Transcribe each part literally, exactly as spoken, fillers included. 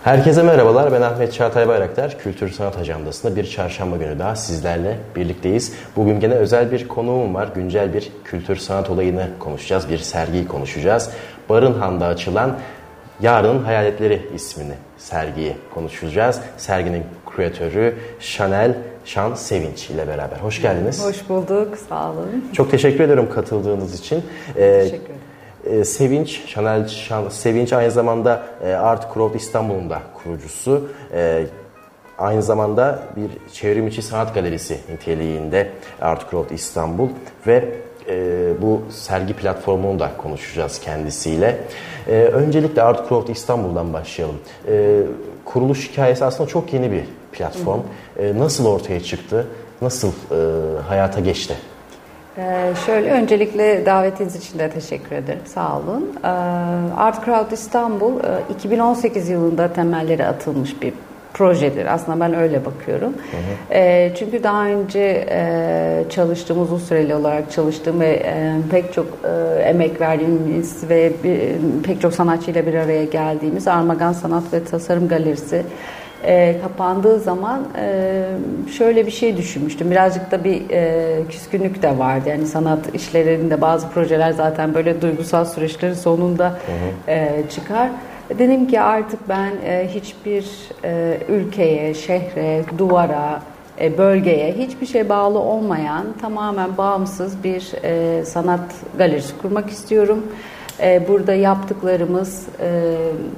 Herkese merhabalar, ben Ahmet Çağatay Bayraktar. Kültür Sanat Ajandası'nda bir çarşamba günü daha sizlerle birlikteyiz. Bugün gene özel bir konuğum var. Güncel bir kültür sanat olayını konuşacağız, bir sergiyi konuşacağız. Barınhan'da açılan Yarının Hayaletleri ismini sergiyi konuşacağız. Serginin küratörü Şanel Şan Sevinç ile beraber. Hoş geldiniz. Hoş bulduk, sağ olun. Çok teşekkür ederim katıldığınız için. Ee, teşekkür ederim. Sevinç, Şanel Şan, Sevinç aynı zamanda Art Crowd İstanbul'un da kurucusu. Aynı zamanda bir çevrim içi sanat galerisi niteliğinde Art Crowd İstanbul ve bu sergi platformunu da konuşacağız kendisiyle. Öncelikle Art Crowd İstanbul'dan başlayalım. Kuruluş hikayesi aslında çok yeni bir platform. Nasıl ortaya çıktı? Nasıl hayata geçti? Ee, şöyle öncelikle davetiniz için de teşekkür ederim. Sağ olun. Ee, Art Crowd İstanbul iki bin on sekiz yılında temelleri atılmış bir projedir. Aslında ben öyle bakıyorum. Hı hı. E, çünkü daha önce e, çalıştığım, uzun süreli olarak çalıştığım ve e, pek çok e, emek verdiğimiz ve bir, pek çok sanatçıyla bir araya geldiğimiz Armagan Sanat ve Tasarım Galerisi E, kapandığı zaman e, şöyle bir şey düşünmüştüm. Birazcık da bir e, küskünlük de vardı. Yani sanat işlerinde bazı projeler zaten böyle duygusal süreçlerin sonunda hı hı. E, çıkar. Dedim ki artık ben e, hiçbir e, ülkeye, şehre, duvara, e, bölgeye hiçbir şey bağlı olmayan tamamen bağımsız bir e, sanat galerisi kurmak istiyorum. E, burada yaptıklarımız e,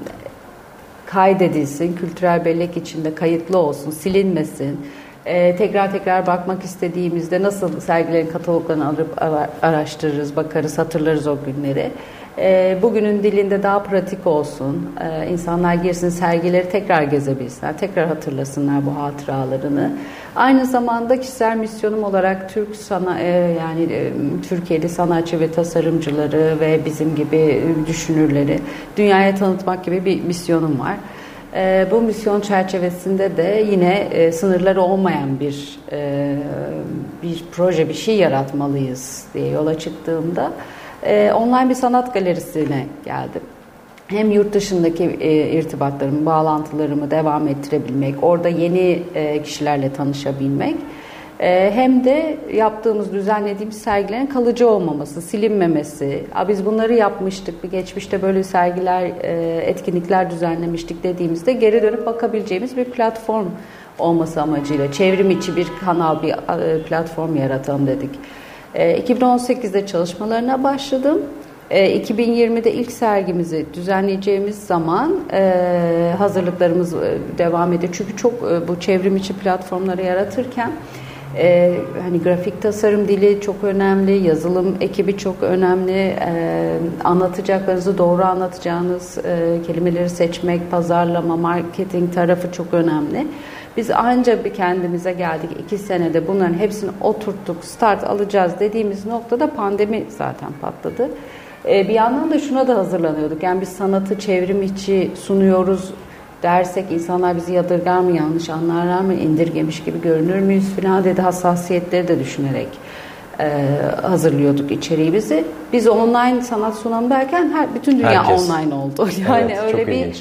kaydedilsin, kültürel bellek içinde kayıtlı olsun, silinmesin. Ee, tekrar tekrar bakmak istediğimizde nasıl sergilerin kataloglarını alıp araştırırız, bakarız, hatırlarız o günleri. Ee, bugünün dilinde daha pratik olsun. Ee, insanlar girsin, sergileri tekrar gezebilsinler, tekrar hatırlasınlar bu hatıralarını. Aynı zamanda kişisel misyonum olarak Türk sana e, yani e, Türkiye'li sanatçı ve tasarımcıları ve bizim gibi düşünürleri dünyaya tanıtmak gibi bir misyonum var. E, bu misyon çerçevesinde de yine e, sınırları olmayan bir e, bir proje, bir şey yaratmalıyız diye yola çıktığımda e, online bir sanat galerisine geldim. Hem yurt dışındaki e, irtibatlarımı, bağlantılarımı devam ettirebilmek, orada yeni e, kişilerle tanışabilmek, e, hem de yaptığımız, düzenlediğimiz sergilerin kalıcı olmaması, silinmemesi. A, biz bunları yapmıştık, bir geçmişte böyle sergiler, e, etkinlikler düzenlemiştik dediğimizde geri dönüp bakabileceğimiz bir platform olması amacıyla çevrim içi bir kanal, bir e, platform yaratalım dedik. E, iki bin on sekizde çalışmalarına başladım. iki bin yirmide ilk sergimizi düzenleyeceğimiz zaman e, hazırlıklarımız devam ediyor. Çünkü çok e, bu çevrim içi platformları yaratırken e, hani grafik tasarım dili çok önemli, yazılım ekibi çok önemli, e, anlatacaklarınızı doğru anlatacağınız e, kelimeleri seçmek, pazarlama, marketing tarafı çok önemli. Biz ancak bir kendimize geldik. iki senede bunların hepsini oturttuk, start alacağız dediğimiz noktada pandemi zaten patladı. Bir yandan da şuna da hazırlanıyorduk. Yani biz sanatı çevrim içi sunuyoruz dersek insanlar bizi yadırgar mı, yanlış anlarlar mı, indirgemiş gibi görünür müyüz falan dedi, hassasiyetleri de düşünerek e, hazırlıyorduk içeriğimizi. Biz online sanat sunalım derken her bütün dünya Herkes. online oldu. Yani evet, öyle bir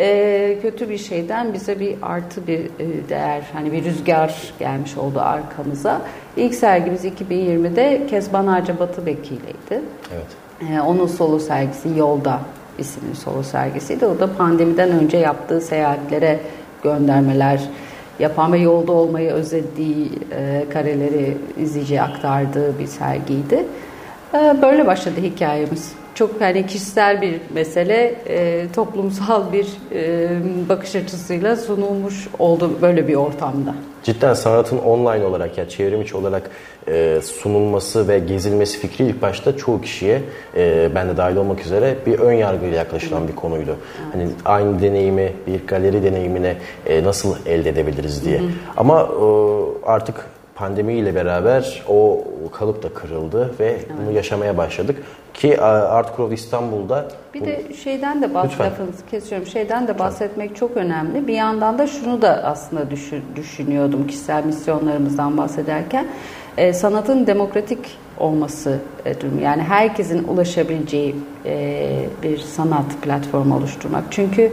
e, kötü bir şeyden bize bir artı bir e, değer, hani bir rüzgar gelmiş oldu arkamıza. İlk sergimiz iki bin yirmide Kezban Arca Batıbeki'yleydi. Evet. Onun solo sergisi Yolda isimli solo sergisiydi. O da pandemiden önce yaptığı seyahatlere göndermeler yapan ve yolda olmayı özlediği e, kareleri izleyiciye aktardığı bir sergiydi. E, böyle başladı hikayemiz. Çok hani kişisel bir mesele, e, toplumsal bir e, bakış açısıyla sunulmuş oldu böyle bir ortamda. Cidden sanatın online olarak, ya çevrim içi olarak e, sunulması ve gezilmesi fikri ilk başta çoğu kişiye, e, ben de dahil olmak üzere, bir ön yargıyla yaklaşılan bir konuydu. Evet. Hani aynı deneyimi bir galeri deneyimine e, nasıl elde edebiliriz diye. Hı hı. Ama e, artık pandemiyle beraber o kalıp da kırıldı ve evet. bunu yaşamaya başladık. Ki Art Crowd İstanbul'da... Bir de şeyden de bahs- lafınızı kesiyorum. Şeyden de bahsetmek Lütfen. çok önemli. Bir yandan da şunu da aslında düşün, düşünüyordum kişisel misyonlarımızdan bahsederken. E, sanatın demokratik olması e, durumu. Yani herkesin ulaşabileceği e, bir sanat platformu oluşturmak. Çünkü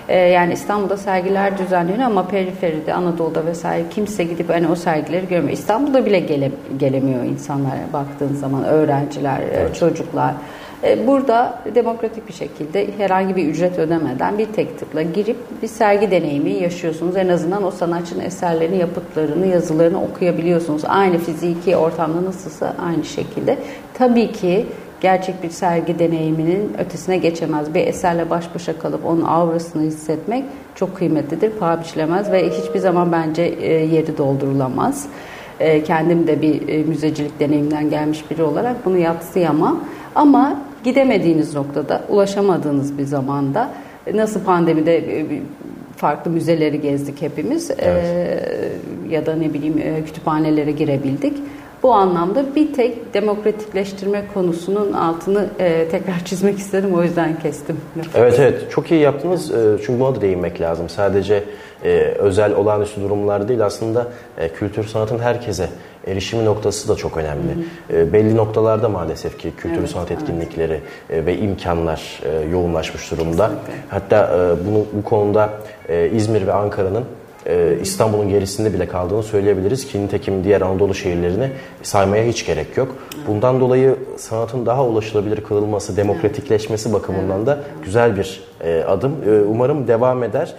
Ee, yani İstanbul'da sergiler düzenleniyor ama periferide, Anadolu'da vesaire kimse gidip hani o sergileri görmüyor. İstanbul'da bile gele, gelemiyor insanlar baktığın zaman, öğrenciler, evet. çocuklar. Ee, burada demokratik bir şekilde herhangi bir ücret ödemeden bir tek tıkla girip bir sergi deneyimi yaşıyorsunuz. En azından o sanatçının eserlerini, yapıtlarını, yazılarını okuyabiliyorsunuz. Aynı fiziki ortamda nasılsa aynı şekilde. Tabii ki gerçek bir sergi deneyiminin ötesine geçemez. Bir eserle baş başa kalıp onun aurasını hissetmek çok kıymetlidir, paha biçilemez ve hiçbir zaman bence yeri doldurulamaz. Kendim de bir müzecilik deneyiminden gelmiş biri olarak bunu yadsıyamam. Ama gidemediğiniz noktada, ulaşamadığınız bir zamanda, nasıl pandemide farklı müzeleri gezdik hepimiz, evet. ya da ne bileyim kütüphanelere girebildik. Bu anlamda bir tek demokratikleştirme konusunun altını e, tekrar çizmek istedim. O yüzden kestim. Evet evet. Çok iyi yaptınız. E, çünkü buna da değinmek lazım. Sadece e, özel olağanüstü durumlar değil. Aslında e, kültür sanatın herkese erişimi noktası da çok önemli. Hı hı. E, belli noktalarda maalesef ki kültür evet, sanat etkinlikleri evet. e, ve imkanlar e, yoğunlaşmış durumda. Kesinlikle. Hatta e, bunu bu konuda e, İzmir ve Ankara'nın İstanbul'un gerisinde bile kaldığını söyleyebiliriz ki nitekim diğer Anadolu şehirlerini saymaya hiç gerek yok. Bundan dolayı sanatın daha ulaşılabilir kılınması, demokratikleşmesi bakımından da güzel bir adım. Umarım devam eder.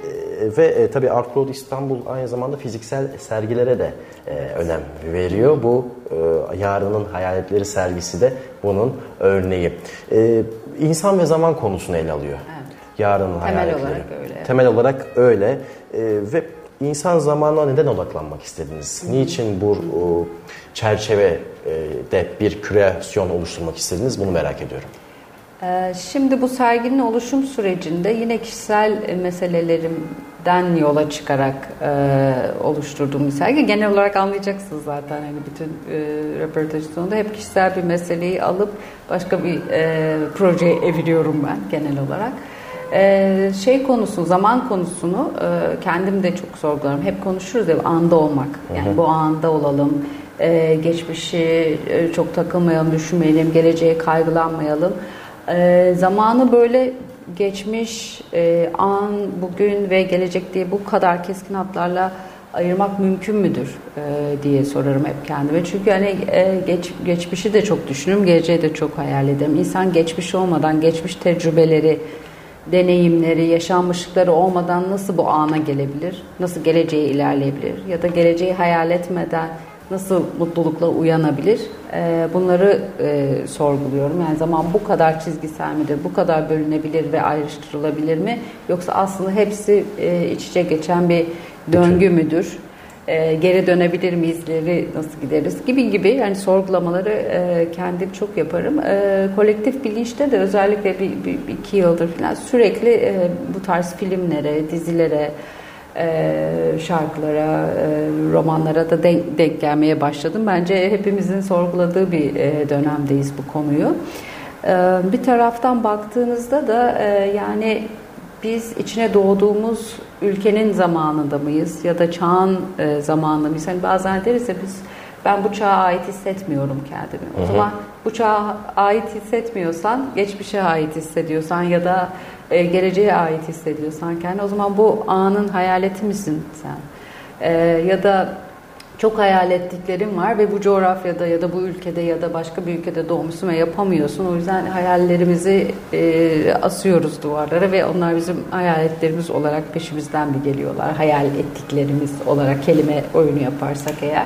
Ve tabii Art Road İstanbul aynı zamanda fiziksel sergilere de önem veriyor. Bu yarının hayaletleri sergisi de bunun örneği. İnsan ve zaman konusunu ele alıyor. Yarının Temel hayaletleri. olarak öyle. Temel olarak öyle. Ee, ve insan zamanına neden odaklanmak istediniz? Hı-hı. Niçin bu o, çerçevede bir küresyon oluşturmak istediniz? Bunu merak ediyorum. Ee, şimdi bu serginin oluşum sürecinde yine kişisel meselelerimden yola çıkarak e, oluşturduğum bir sergi. Genel olarak anlayacaksınız zaten hani bütün e, röportajın sonunda hep kişisel bir meseleyi alıp başka bir e, projeye eviriyorum ben genel olarak. Ee, şey konusu, zaman konusunu e, kendim de çok sorgularım. Hep konuşuruz ya, anda olmak. Yani hı hı. bu anda olalım. Ee, geçmişi e, çok takılmayalım, düşünmeyelim. Geleceğe kaygılanmayalım. Ee, zamanı böyle geçmiş, e, an, bugün ve gelecek diye bu kadar keskin hatlarla ayırmak mümkün müdür e, diye sorarım hep kendime. Çünkü hani e, geç, geçmişi de çok düşünürüm, geleceği de çok hayal ederim. İnsan geçmiş olmadan, geçmiş tecrübeleri, deneyimleri, yaşanmışlıkları olmadan nasıl bu ana gelebilir? Nasıl geleceğe ilerleyebilir? Ya da geleceği hayal etmeden nasıl mutlulukla uyanabilir? Ee, bunları e, sorguluyorum. Yani zaman bu kadar çizgisel midir? Bu kadar bölünebilir ve ayrıştırılabilir mi? Yoksa aslında hepsi e, iç içe geçen bir döngü müdür? E, geri dönebilir miyiz? İleri nasıl gideriz? Gibi gibi yani sorgulamaları e, kendim çok yaparım. E, kolektif bilinçte de özellikle bir, bir, bir iki yıldır falan sürekli e, bu tarz filmlere, dizilere, e, şarkılara, e, romanlara da denk, denk gelmeye başladım. Bence hepimizin sorguladığı bir e, dönemdeyiz bu konuyu. E, bir taraftan baktığınızda da e, yani biz içine doğduğumuz ülkenin zamanında mıyız ya da çağın e, zamanında mıyız? Yani bazen deriz ya biz ben bu çağa ait hissetmiyorum kendimi. O hı hı. zaman bu çağa ait hissetmiyorsan, geçmişe ait hissediyorsan ya da e, geleceğe ait hissediyorsan kendini, o zaman bu anın hayaleti misin sen? E, ya da çok hayal ettiklerim var ve bu coğrafyada ya da bu ülkede ya da başka bir ülkede doğmuşsun ve yapamıyorsun. O yüzden hayallerimizi e, asıyoruz duvarlara ve onlar bizim hayaletlerimiz olarak peşimizden bir geliyorlar. Hayal ettiklerimiz olarak kelime oyunu yaparsak eğer.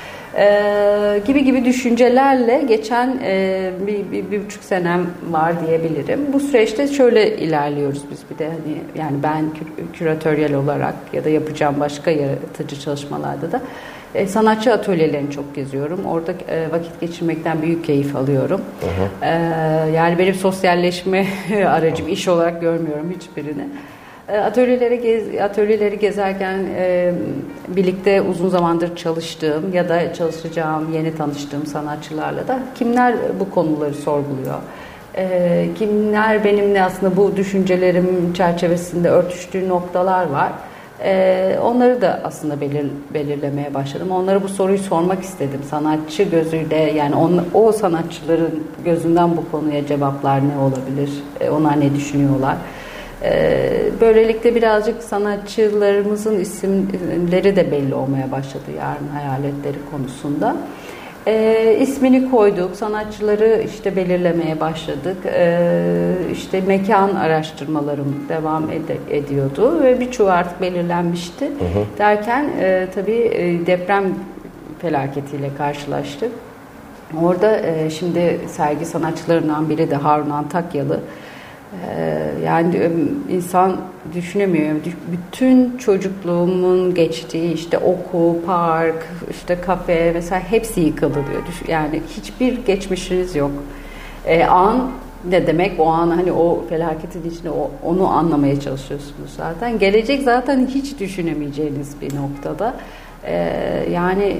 Ee, gibi gibi düşüncelerle geçen e, bir, bir, bir buçuk senem var diyebilirim. Bu süreçte şöyle ilerliyoruz biz bir de hani yani ben kü- küratöryel olarak ya da yapacağım başka yaratıcı çalışmalarda da e, sanatçı atölyelerini çok geziyorum. Orada e, vakit geçirmekten büyük keyif alıyorum. Hı hı. E, yani benim sosyalleşme aracım, iş olarak görmüyorum hiçbirini. Atölyelere gez, atölyeleri gezerken e, birlikte uzun zamandır çalıştığım ya da çalışacağım, yeni tanıştığım sanatçılarla da kimler bu konuları sorguluyor? E, kimler benimle aslında bu düşüncelerim çerçevesinde örtüştüğü noktalar var. E, onları da aslında belir, belirlemeye başladım. Onlara bu soruyu sormak istedim. Sanatçı gözüyle yani on, o sanatçıların gözünden bu konuya cevaplar ne olabilir? E, onlar ne düşünüyorlar? Ee, böylelikle birazcık sanatçılarımızın isimleri de belli olmaya başladı Yarın Hayaletleri konusunda. Ee, ismini koyduk, sanatçıları işte belirlemeye başladık. Ee, işte mekan araştırmalarım devam ed- ediyordu ve birçoğu artık belirlenmişti. Hı hı. Derken e, tabii e, deprem felaketiyle karşılaştık. Orada e, şimdi sergi sanatçılarından biri de Harun Antakyalı. E, yani insan düşünemiyor. Bütün çocukluğumun geçtiği işte okul, park, işte kafe vesaire hepsi yıkıldı diyor. Yani hiçbir geçmişiniz yok. E, an ne demek? O an hani o felaketin içinde o, onu anlamaya çalışıyorsunuz zaten. Gelecek zaten hiç düşünemeyeceğiniz bir noktada. E, yani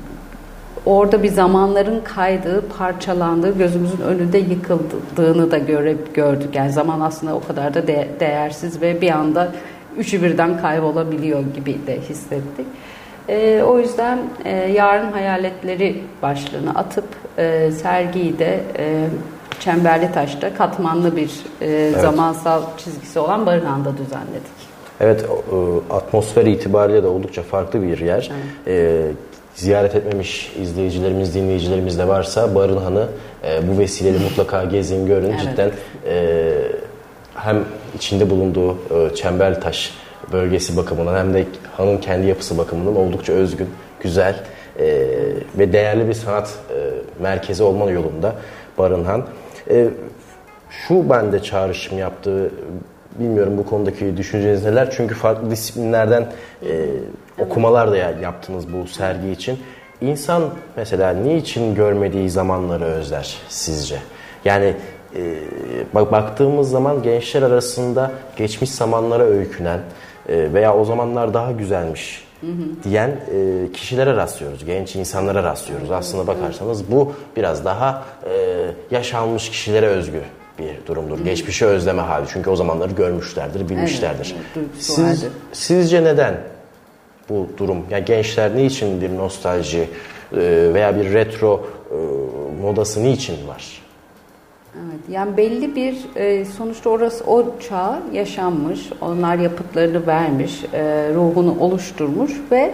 orada bir zamanların kaydığı, parçalandığı, gözümüzün önünde yıkıldığını da göre, gördük. Yani zaman aslında o kadar da de, değersiz ve bir anda üçü birden kaybolabiliyor gibi de hissettik. E, o yüzden e, Yarın Hayaletleri başlığını atıp e, sergiyi de e, Çemberlitaş'ta katmanlı bir e, evet. zamansal çizgisi olan barınağında düzenledik. Evet, atmosfer itibariyle de oldukça farklı bir yer. Evet. E, ziyaret etmemiş izleyicilerimiz, dinleyicilerimiz de varsa Barınhan'ı e, bu vesileyle mutlaka gezin, görün. Evet. Cidden e, hem içinde bulunduğu e, Çemberlitaş bölgesi bakımından hem de hanın kendi yapısı bakımından oldukça özgün, güzel e, ve değerli bir sanat e, merkezi olma yolunda Barınhan. E, şu bende çağrışım yaptı. Bilmiyorum bu konudaki düşünceniz neler? Çünkü farklı disiplinlerden e, okumalar da yaptınız bu sergi için. İnsan mesela niçin görmediği zamanları özler sizce? Yani e, bak baktığımız zaman gençler arasında geçmiş zamanlara öykünen e, veya o zamanlar daha güzelmiş hı hı. diyen e, kişilere rastlıyoruz. Genç insanlara rastlıyoruz. Aslında bakarsanız bu biraz daha e, yaşanmış kişilere özgü bir durumdur. Hı. Geçmişi özleme hali. Çünkü o zamanları görmüşlerdir, bilmişlerdir. Evet, Siz, sizce neden bu durum? Yani gençler niçin bir nostalji veya bir retro modası niçin var? Evet, yani belli bir sonuçta orası o çağ yaşanmış, onlar yapıtlarını vermiş, ruhunu oluşturmuş ve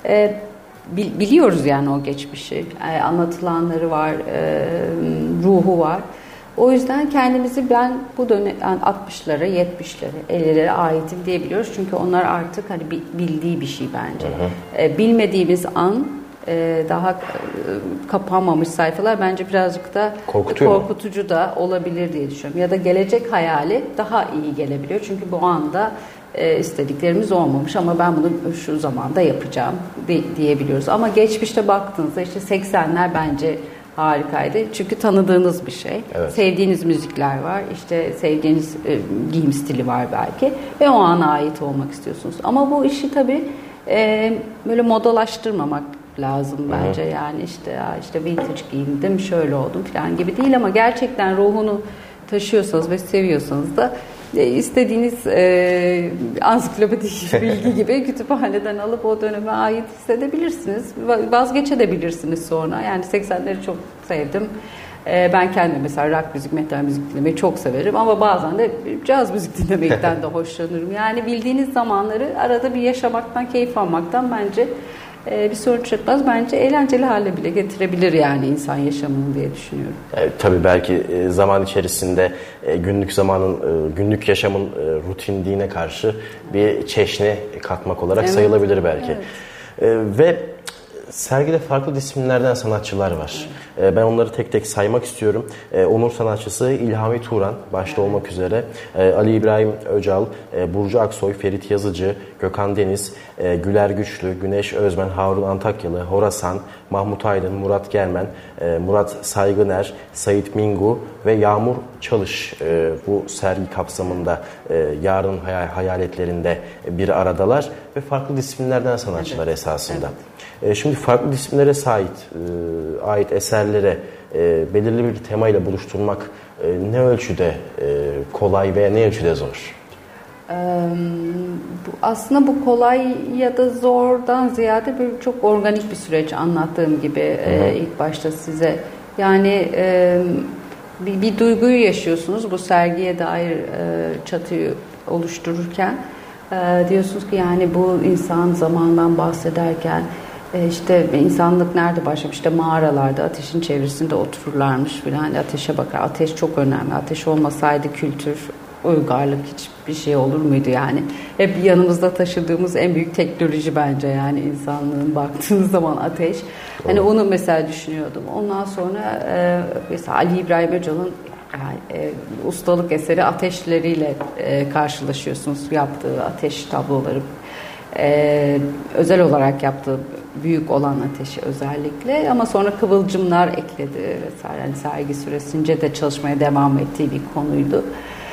biliyoruz yani o geçmişi, anlatılanları var, ruhu var. O yüzden kendimizi ben bu dönem yani altmışlara, yetmişlere, ellilere aitim diyebiliyoruz. Çünkü onlar artık hani bildiği bir şey bence. Hı hı. E, bilmediğimiz an e, daha e, kapanmamış sayfalar bence birazcık da Korkutuyor korkutucu mu? Da olabilir diye düşünüyorum. Ya da gelecek hayali daha iyi gelebiliyor. Çünkü bu anda e, istediklerimiz olmamış ama ben bunu şu zamanda yapacağım de, diyebiliyoruz. Ama geçmişte baktığınızda işte seksenler bence harikaydı. Çünkü tanıdığınız bir şey. Evet. Sevdiğiniz müzikler var. İşte sevdiğiniz e, giyim stili var belki. Ve o ana ait olmak istiyorsunuz. Ama bu işi tabii e, böyle modalaştırmamak lazım bence. Hı-hı. Yani işte ya işte vintage giyindim, şöyle oldum falan gibi değil ama gerçekten ruhunu taşıyorsanız ve seviyorsanız da e, istediğiniz e, ansiklopedik bilgi gibi kütüphaneden alıp o döneme ait hissedebilirsiniz. Vazgeçebilirsiniz sonra. Yani seksenleri çok sevdim. E, ben kendim mesela rock müzik, metal müzik dinlemeyi çok severim ama bazen de caz müzik dinlemekten de hoşlanırım. Yani bildiğiniz zamanları arada bir yaşamaktan, keyif almaktan bence bir sorun çıkmaz. Bence eğlenceli hale bile getirebilir yani insan yaşamını diye düşünüyorum. E, tabii belki zaman içerisinde günlük zamanın, günlük yaşamın rutinliğine karşı bir çeşni katmak olarak evet. sayılabilir belki. Evet. E, ve sergide farklı disiplinlerden sanatçılar var. Evet. Ben onları tek tek saymak istiyorum. Onur sanatçısı İlhami Turan başta evet. olmak üzere Ali İbrahim Öcal, Burcu Aksoy, Ferit Yazıcı, Gökhan Deniz, Güler Güçlü, Güneş Özmen, Harun Antakyalı, Horasan, Mahmut Aydın, Murat Germen, Murat Saygıner, Sait Mingu ve Yağmur Çalış bu sergi kapsamında Yarın Hayaletlerinde bir aradalar ve farklı disiplinlerden sanatçılar evet. esasında. Evet. Şimdi farklı disiplinlere sahip, ait eserlere belirli bir temayla buluşturmak ne ölçüde kolay veya ne ölçüde zor? Aslında bu kolay ya da zordan ziyade böyle çok organik bir süreç anlattığım gibi hı hı. ilk başta size. Yani bir, bir duyguyu yaşıyorsunuz bu sergiye dair e, çatıyı oluştururken. E, diyorsunuz ki yani bu insan zamandan bahsederken e, işte insanlık nerede başlamış? İşte mağaralarda ateşin çevresinde otururlarmış filan. Hani ateşe bakar. Ateş çok önemli. Ateş olmasaydı kültür, uygarlık hiçbir şey olur muydu yani? Hep yanımızda taşıdığımız en büyük teknoloji bence yani insanlığın baktığınız zaman ateş. Hani evet. Onu mesela düşünüyordum. Ondan sonra e, mesela Ali İbrahim Öcal'ın yani, e, ustalık eseri ateşleriyle e, karşılaşıyorsunuz. Yaptığı ateş tabloları. E, özel olarak yaptığı büyük olan ateşi özellikle ama sonra kıvılcımlar ekledi vesaire. Yani sergi süresince de çalışmaya devam ettiği bir konuydu.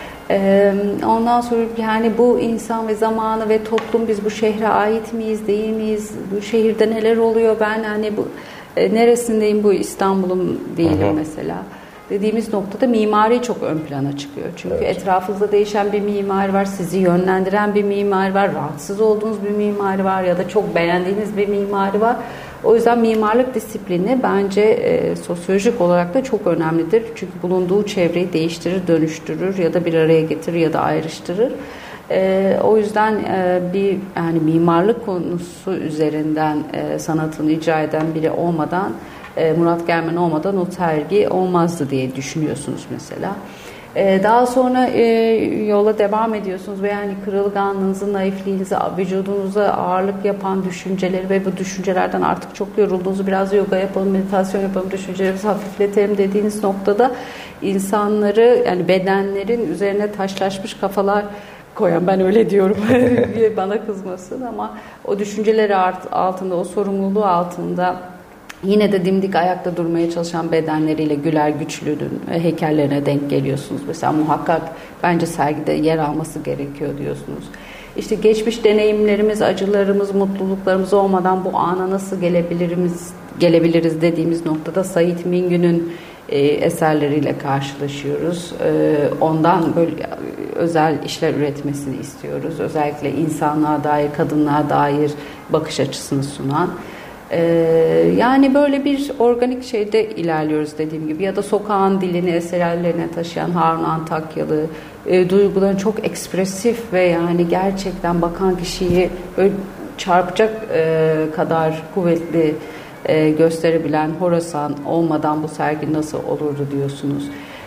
Ondan sonra yani bu insan ve zamanı ve toplum biz bu şehre ait miyiz değil miyiz? Bu şehirde neler oluyor? Ben hani bu neresindeyim bu İstanbul'um değilim Aha. mesela. Dediğimiz noktada mimari çok ön plana çıkıyor. Çünkü evet. etrafınızda değişen bir mimari var, sizi yönlendiren bir mimari var, rahatsız olduğunuz bir mimari var ya da çok beğendiğiniz bir mimari var. O yüzden mimarlık disiplini bence e, sosyolojik olarak da çok önemlidir. Çünkü bulunduğu çevreyi değiştirir, dönüştürür ya da bir araya getirir ya da ayrıştırır. E, o yüzden e, bir yani mimarlık konusu üzerinden e, sanatını icra eden biri olmadan, e, Murat Germen olmadan o sergi olmazdı diye düşünüyorsunuz mesela. Daha sonra e, yola devam ediyorsunuz ve yani kırılganlığınızı, naifliğinizi, vücudunuza ağırlık yapan düşünceleri ve bu düşüncelerden artık çok yorulduğunuzu biraz yoga yapalım, meditasyon yapalım, düşüncelerimizi hafifletelim dediğiniz noktada insanları yani bedenlerin üzerine taşlaşmış kafalar koyan ben öyle diyorum diye bana kızmasın ama o düşünceleri altında, o sorumluluğu altında yine de dimdik ayakta durmaya çalışan bedenleriyle Güler Güçlü'nün heykellerine denk geliyorsunuz. Mesela muhakkak bence sergide yer alması gerekiyor diyorsunuz. İşte geçmiş deneyimlerimiz, acılarımız, mutluluklarımız olmadan bu ana nasıl gelebiliriz, gelebiliriz dediğimiz noktada Sait Mingü'nün e, eserleriyle karşılaşıyoruz. E, ondan böyle özel işler üretmesini istiyoruz. Özellikle insanlığa dair, kadınlığa dair bakış açısını sunan. Ee, yani böyle bir organik şeyde ilerliyoruz dediğim gibi ya da sokağın dilini eserlerine taşıyan Harun Antakyalı e, duyguların çok ekspresif ve yani gerçekten bakan kişiyi böyle çarpacak e, kadar kuvvetli e, gösterebilen Horasan olmadan bu sergi nasıl olurdu diyorsunuz.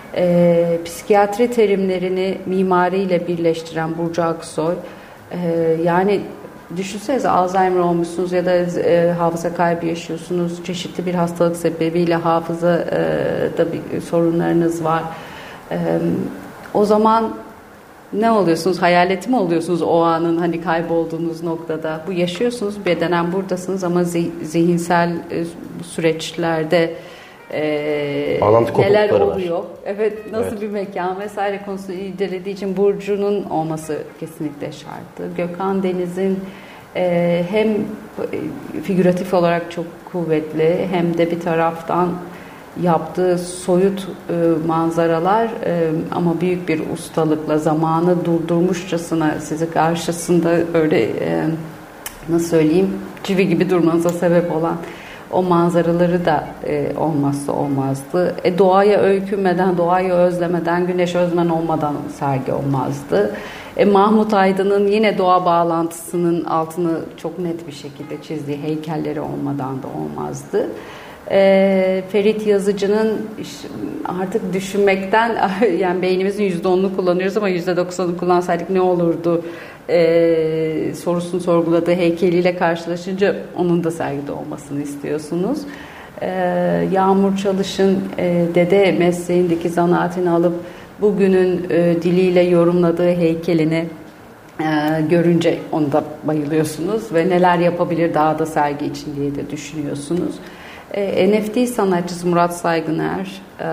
E, psikiyatri terimlerini mimariyle birleştiren Burcu Aksoy e, yani düşünsenize Alzheimer olmuşsunuz ya da e, hafıza kaybı yaşıyorsunuz. Çeşitli bir hastalık sebebiyle hafızada bir sorunlarınız var. E, o zaman ne oluyorsunuz? Hayaleti mi oluyorsunuz o anın hani kaybolduğunuz noktada? Bu yaşıyorsunuz, bedenen buradasınız ama zihinsel e, süreçlerde Ee, neler oluyor? Var. Evet, nasıl evet. bir mekan vesaire konusunu incelediği için Burcu'nun olması kesinlikle şarttı. Gökhan Deniz'in e, hem figüratif olarak çok kuvvetli hem de bir taraftan yaptığı soyut e, manzaralar e, ama büyük bir ustalıkla zamanı durdurmuşçasına sizi karşısında öyle e, nasıl söyleyeyim çivi gibi durmanıza sebep olan o manzaraları da e, olmazsa olmazdı. E, doğaya öykünmeden, doğayı özlemeden, Güneş Özmen olmadan sergi olmazdı. E, Mahmut Aydın'ın yine doğa bağlantısının altını çok net bir şekilde çizdiği heykelleri olmadan da olmazdı. E, Ferit Yazıcı'nın artık düşünmekten, yani beynimizin yüzde onunu kullanıyoruz ama yüzde doksanını kullansaydık ne olurdu Ee, sorusunu sorguladığı heykeliyle karşılaşınca onun da sergide olmasını istiyorsunuz. Ee, Yağmur Çalış'ın e, dede mesleğindeki zanaatini alıp bugünün e, diliyle yorumladığı heykelini e, görünce onu da bayılıyorsunuz ve neler yapabilir daha da sergi için diye de düşünüyorsunuz. E, N F T sanatçısı Murat Saygıner e,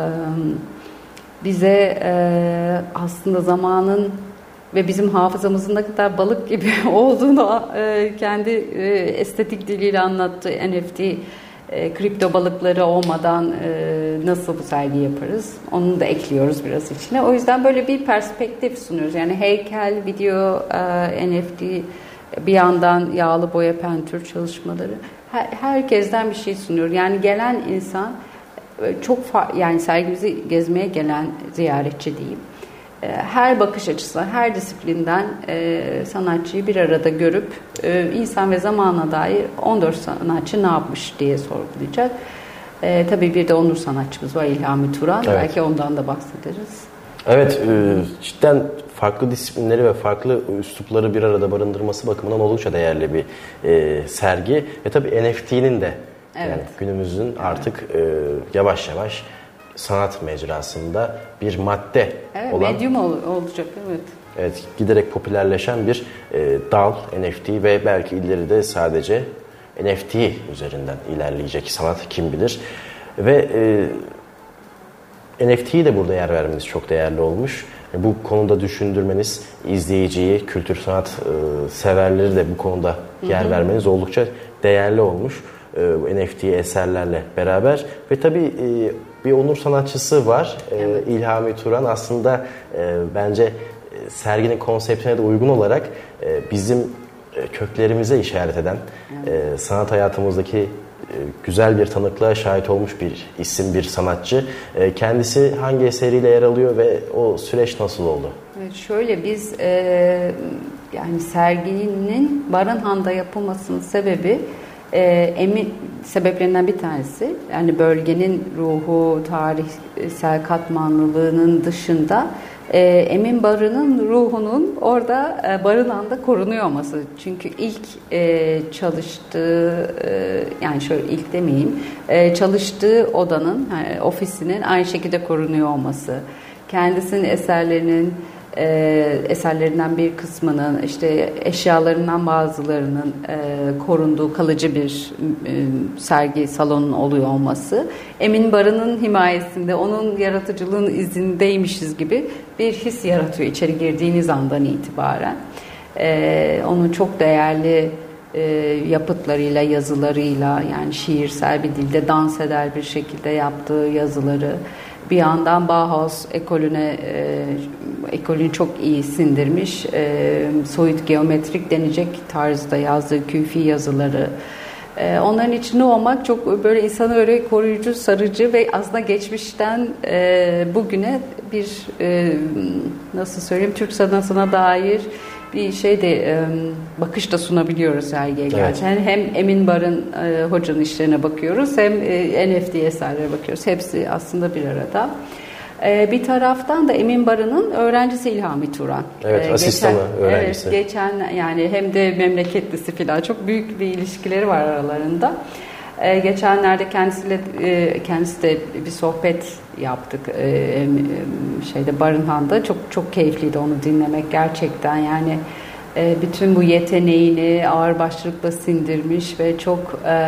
bize e, aslında zamanın ve bizim hafızamızın ne kadar balık gibi olduğunu e, kendi e, estetik diliyle anlattı. N F T, e, kripto balıkları olmadan e, nasıl bu sergi yaparız? Onu da ekliyoruz biraz içine. O yüzden böyle bir perspektif sunuyoruz. Yani heykel, video, e, N F T, bir yandan yağlı boya, pentür çalışmaları. Her, herkesten bir şey sunuyor. Yani gelen insan çok yani sergimizi gezmeye gelen ziyaretçi diyeyim. Her bakış açısı, her disiplinden sanatçıyı bir arada görüp insan ve zamana dair on dört sanatçı ne yapmış diye sorgulayacak. Tabii bir de onur sanatçımız var, İlhami Turan. Evet. Belki ondan da bahsederiz. Evet, cidden farklı disiplinleri ve farklı üslupları bir arada barındırması bakımından oldukça değerli bir sergi. Ve tabii N F T'nin de evet. yani günümüzün evet. artık yavaş yavaş sanat mecrasında bir madde evet, olan... Medyum olacak, evet. Evet, giderek popülerleşen bir e, dal N F T ve belki ileride sadece N F T üzerinden ilerleyecek sanat kim bilir. Ve e, N F T'yi de burada yer vermeniz çok değerli olmuş. E, bu konuda düşündürmeniz, izleyiciyi, kültür sanat e, severleri de bu konuda yer hı hı. vermeniz oldukça değerli olmuş. E, N F T eserlerle beraber. Ve tabii e, bir onur sanatçısı var. Evet. E, İlhami Turan aslında e, bence serginin konseptine de uygun olarak e, bizim e, köklerimize işaret eden, evet. e, sanat hayatımızdaki e, güzel bir tanıklığa şahit olmuş bir isim, bir sanatçı. E, kendisi hangi eseriyle yer alıyor ve o süreç nasıl oldu? Evet, şöyle biz e, yani serginin Barınhan'da yapılmasının sebebi e, emin sebeplerinden bir tanesi. Yani bölgenin ruhu, tarihsel katmanlılığının dışında E, Emin Barı'nın ruhunun orada e, Barınhan'da korunuyor olması. Çünkü ilk e, çalıştığı, e, yani şöyle ilk demeyeyim, e, çalıştığı odanın, yani ofisinin aynı şekilde korunuyor olması. Kendisinin eserlerinin, e, eserlerinden bir kısmının, işte eşyalarından bazılarının e, korunduğu kalıcı bir e, sergi salonunun oluyor olması. Emin Barı'nın himayesinde, onun yaratıcılığın izindeymişiz gibi bir his yaratıyor içeri girdiğiniz andan itibaren. E, onun çok değerli e, yapıtlarıyla, yazılarıyla, yani şiirsel bir dilde dans eder bir şekilde yaptığı yazıları, bir yandan Bauhaus ekolüne e, ekolünü çok iyi sindirmiş, e, soyut geometrik denecek tarzda yazdığı küfi yazıları. E, onların içinde olmak çok böyle insanı öyle koruyucu, sarıcı ve aslında geçmişten e, bugüne bir e, nasıl söyleyeyim, Türk sanatına dair bir şey de e, bakış da sunabiliyoruz sergiye gerçekten. Evet. Hem Emin Barın e, hocanın işlerine bakıyoruz, hem e, N F T eserlere bakıyoruz. Hepsi aslında bir arada. E, bir taraftan da Emin Barı'nın öğrencisi İlhami Turan. Evet, e, asistanı, öğrencisi. Evet, geçen yani hem de memleketlisi falan, çok büyük bir ilişkileri var aralarında. Ee, geçenlerde kendisiyle e, kendisi de bir sohbet yaptık e, şeyde Barınhan'da, çok çok keyifliydi onu dinlemek gerçekten. Yani e, bütün bu yeteneğini ağırbaşlılıkla sindirmiş ve çok e,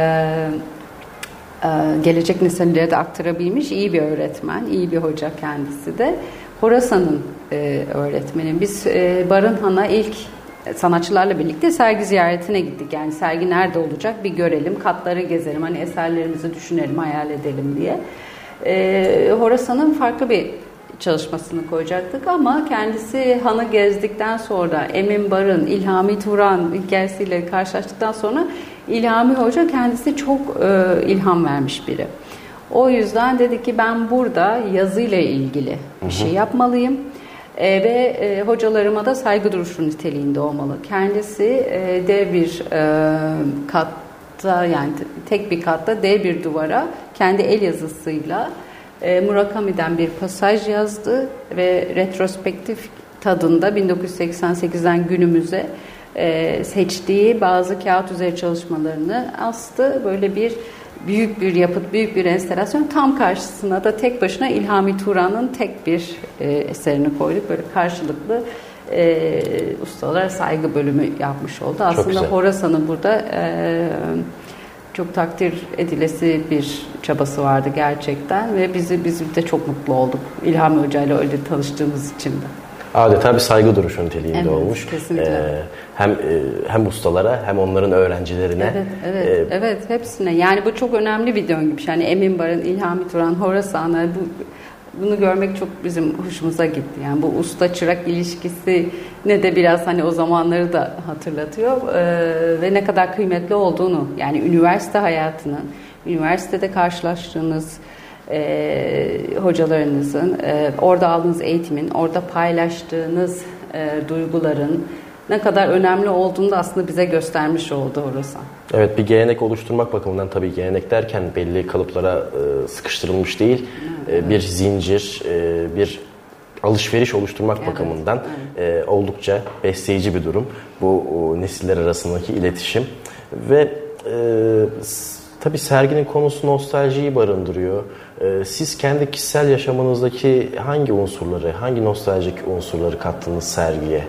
e, gelecek nesillere de aktarabilmiş iyi bir öğretmen, iyi bir hoca kendisi de. Horasan'ın e, öğretmeni. Biz e, Barınhan'a ilk sanatçılarla birlikte sergi ziyaretine gittik. Yani sergi nerede olacak bir görelim, katları gezelim, hani eserlerimizi düşünelim, hayal edelim diye. Ee, Horasan'ın farklı bir çalışmasını koyacaktık ama kendisi Han'ı gezdikten sonra, Emin Barın, İlhami Turan hikayesiyle karşılaştıktan sonra İlhami Hoca kendisi çok e, ilham vermiş biri. O yüzden dedi ki ben burada yazıyla ilgili bir şey yapmalıyım. E, ve e, hocalarıma da saygı duruşu niteliğinde olmalı. Kendisi e, dev bir e, katta, yani tek bir katta dev bir duvara kendi el yazısıyla e, Murakami'den bir pasaj yazdı ve retrospektif tadında bin dokuz yüz seksen sekizden günümüze e, seçtiği bazı kağıt üzeri çalışmalarını astı. Böyle bir büyük bir yapıt, büyük bir enstalasyon. Tam karşısına da tek başına İlhami Turan'ın tek bir e, eserini koyduk. Böyle karşılıklı e, ustalara saygı bölümü yapmış oldu. Aslında Horasan'ın burada e, çok takdir edilesi bir çabası vardı gerçekten ve bizi biz de çok mutlu olduk. İlhami Hoca ile öyle tanıştığımız için de. Adeta bir saygı duruşu niteliğinde evet, olmuş. Kesinlikle. Ee, hem hem ustalara hem onların öğrencilerine. Evet, evet, e, evet, hepsine. Yani bu çok önemli bir döngü. Yani Emin Barın, İlhami Turan, Horasan'a bu bunu görmek çok bizim hoşumuza gitti. Yani bu usta çırak ilişkisi ne de biraz hani o zamanları da hatırlatıyor ee, ve ne kadar kıymetli olduğunu, yani üniversite hayatının, üniversitede karşılaştığınız e, hocalarınızın, e, orada aldığınız eğitimin, orada paylaştığınız e, duyguların ne kadar önemli olduğunu da aslında bize göstermiş oldu orası. Evet, bir gelenek oluşturmak bakımından, tabii gelenek derken belli kalıplara e, sıkıştırılmış değil, evet. e, bir zincir, e, bir alışveriş oluşturmak evet, bakımından evet. E, oldukça besleyici bir durum. Bu o, nesiller arasındaki iletişim ve e, tabii serginin konusu nostaljiyi barındırıyor. E, siz kendi kişisel yaşamınızdaki hangi unsurları, hangi nostaljik unsurları kattınız sergiye?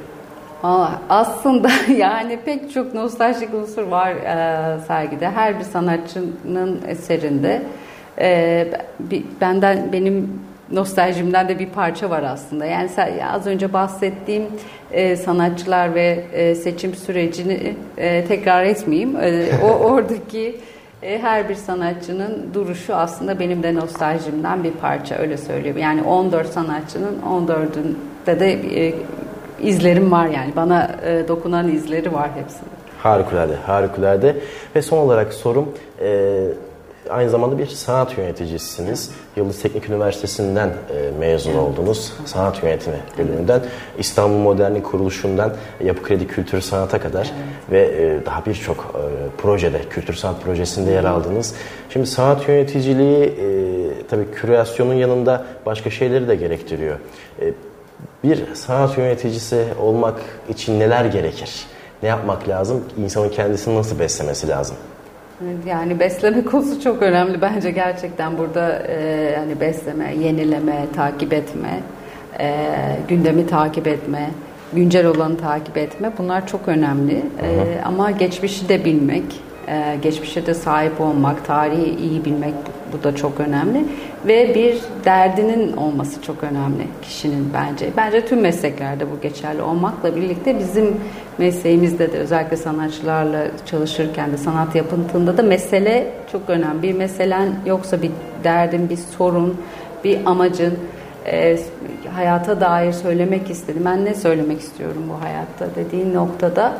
Aslında yani pek çok nostaljik unsur var e, sergide. Her bir sanatçının eserinde. E, bir, benden benim nostaljimden de bir parça var aslında. Yani az önce bahsettiğim e, sanatçılar ve e, seçim sürecini e, tekrar etmeyeyim. E, o oradaki e, her bir sanatçının duruşu aslında benim de nostaljimden bir parça, öyle söyleyeyim. Yani on dört sanatçının on dördünde de e, izlerim var, yani bana e, dokunan izleri var hepsinde. Harikulade, harikulade. Ve son olarak sorum, e, aynı zamanda bir sanat yöneticisiniz. Evet. Yıldız Teknik Üniversitesi'nden e, mezun evet. oldunuz. Sanat yönetimi bölümünden. Evet. İstanbul Modern'in kuruluşundan Yapı Kredi Kültür Sanat'a kadar evet. ve e, daha birçok e, projede, kültür sanat projesinde evet. yer aldınız. Şimdi sanat yöneticiliği e, tabii kürasyonun yanında başka şeyleri de gerektiriyor. E, Bir sanat yöneticisi olmak için neler gerekir? Ne yapmak lazım? İnsanın kendisini nasıl beslemesi lazım? Yani besleme konusu çok önemli bence gerçekten burada. E, yani besleme, yenileme, takip etme, e, gündemi takip etme, güncel olanı takip etme, bunlar çok önemli. E, ama geçmişi de bilmek, e, geçmişe de sahip olmak, tarihi iyi bilmek, bu da çok önemli. Ve bir derdinin olması çok önemli kişinin bence. Bence tüm mesleklerde bu geçerli olmakla birlikte bizim mesleğimizde de özellikle sanatçılarla çalışırken de sanat yapıntında da mesele çok önemli. Bir meselen yoksa, bir derdin, bir sorun, bir amacın, e, hayata dair söylemek istedim. Ben ne söylemek istiyorum bu hayatta dediğin noktada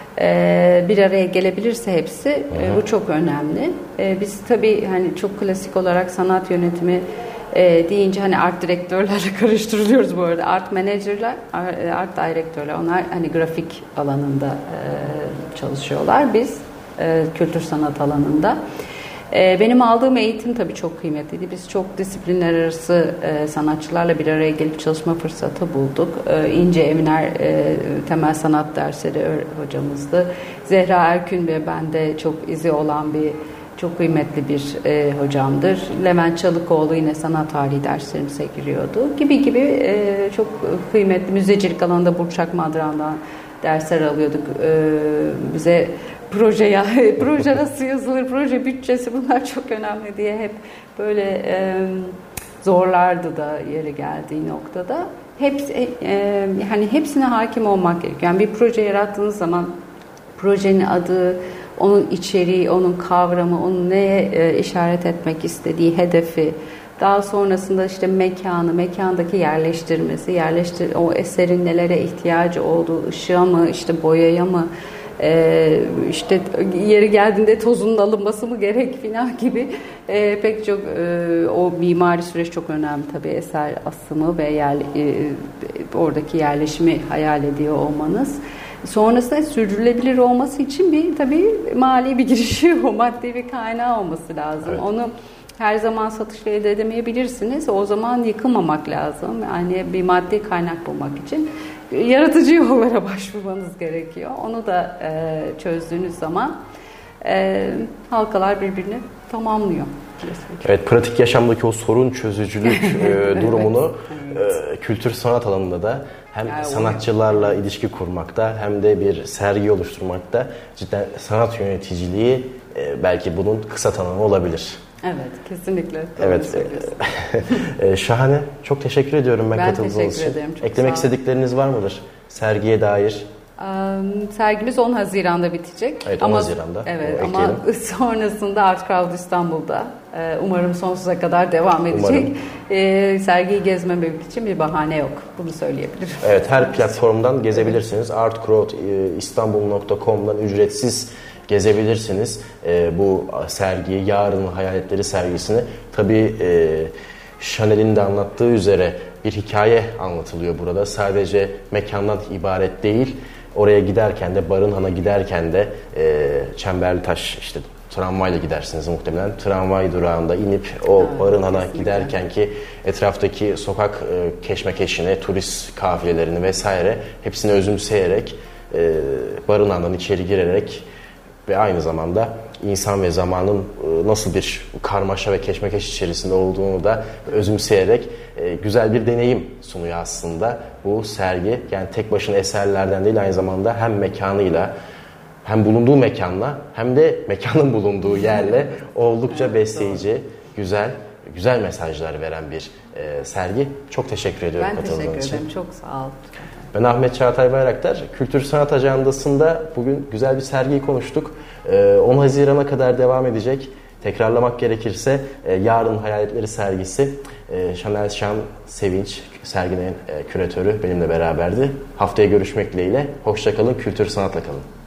bir araya gelebilirse hepsi, hı hı. bu çok önemli. Biz tabii hani çok klasik olarak sanat yönetimi deyince hani art direktörlerle karıştırılıyoruz bu arada. Art manager'lar, art direktörler, onlar hani grafik alanında çalışıyorlar. Biz kültür sanat alanında. Benim aldığım eğitim tabii çok kıymetliydi. Biz çok disiplinler arası sanatçılarla bir araya gelip çalışma fırsatı bulduk. İnce Eminer temel sanat dersleri hocamızdı. Zehra Erkün ve bende çok izi olan bir, çok kıymetli bir hocamdır. Levent Çalıkoğlu yine sanat tarihi derslerimize giriyordu. Gibi gibi çok kıymetli, müzecilik alanında Burçak Madran'dan dersler alıyorduk. Bize proje ya, proje nasıl yazılır, proje bütçesi, bunlar çok önemli diye hep böyle e, zorlardı da yeri geldiği noktada. Hepsi, e, hani hepsine hakim olmak gerekiyor. Yani bir proje yarattığınız zaman projenin adı, onun içeriği, onun kavramı, onun neye e, işaret etmek istediği, hedefi, daha sonrasında işte mekanı, mekandaki yerleştirmesi, yerleştir, o eserin nelere ihtiyacı olduğu, ışığa mı, işte boyaya mı, Ee, işte yeri geldiğinde tozunun alınması mı gerek filan gibi e, pek çok e, o mimari süreç çok önemli tabii, eser asımı ve yer, e, oradaki yerleşimi hayal ediyor olmanız. Sonrasında sürdürülebilir olması için bir tabii mali bir girişi, o maddi bir kaynağı olması lazım. Evet. Onu her zaman satışla elde edemeyebilirsiniz. O zaman yıkılmamak lazım. Yani bir maddi kaynak bulmak için yaratıcı yollara başvurmanız gerekiyor. Onu da e, çözdüğünüz zaman e, halkalar birbirini tamamlıyor. Evet, pratik yaşamdaki o sorun çözücülük e, durumunu evet, evet. E, kültür sanat alanında da hem yani sanatçılarla o... ilişki kurmakta hem de bir sergi oluşturmakta cidden sanat yöneticiliği e, belki bunun kısa tanımı olabilir. Evet, kesinlikle. Evet, e, şahane. Çok teşekkür ediyorum ben, ben katıldığınız için. Ben teşekkür ederim. Çok Eklemek istedikleriniz var mıdır sergiye dair? Um, sergimiz on Haziran'da bitecek. Evet, on ama, Haziran'da. Evet, ama sonrasında Art Crowd İstanbul'da e, umarım sonsuza kadar devam edecek. E, sergiyi gezmemek için bir bahane yok. Bunu söyleyebilirim. Evet, her platformdan gezebilirsiniz. art crowd istanbul nokta com'dan ücretsiz gezebilirsiniz. E, bu sergiyi, Yarının Hayaletleri sergisini. Tabii e, Chanel'in de anlattığı üzere bir hikaye anlatılıyor burada. Sadece mekandan ibaret değil. Oraya giderken de, Barınhan'a giderken de e, Çemberlitaş işte tramvayla gidersiniz muhtemelen. Tramvay durağında inip o evet, Barınhan'a giderken ki etraftaki sokak e, keşmekeşini, turist kafilelerini vesaire hepsini özümseyerek e, Barınhan'dan içeri girerek ve aynı zamanda insan ve zamanın e, nasıl bir karmaşa ve keşmekeş içerisinde olduğunu da özümseyerek e, güzel bir deneyim sunuyor aslında bu sergi. Yani tek başına eserlerden değil, aynı zamanda hem mekanıyla, hem bulunduğu mekanla, hem de mekanın bulunduğu yerle oldukça besleyici, güzel, güzel mesajlar veren bir e, sergi. Çok teşekkür ediyorum katıldığınız için. Ben teşekkür ederim. Çok sağ ol. Ben Ahmet Çağatay Bayraktar. Kültür Sanat Ajandası'nda bugün güzel bir sergiyi konuştuk. on Haziran'a kadar devam edecek. Tekrarlamak gerekirse Yarın Hayaletleri sergisi. Chanel Şan Sevinç serginin küratörü benimle beraberdi. Haftaya görüşmek dileğiyle. Hoşça kalın, kültür sanatla kalın.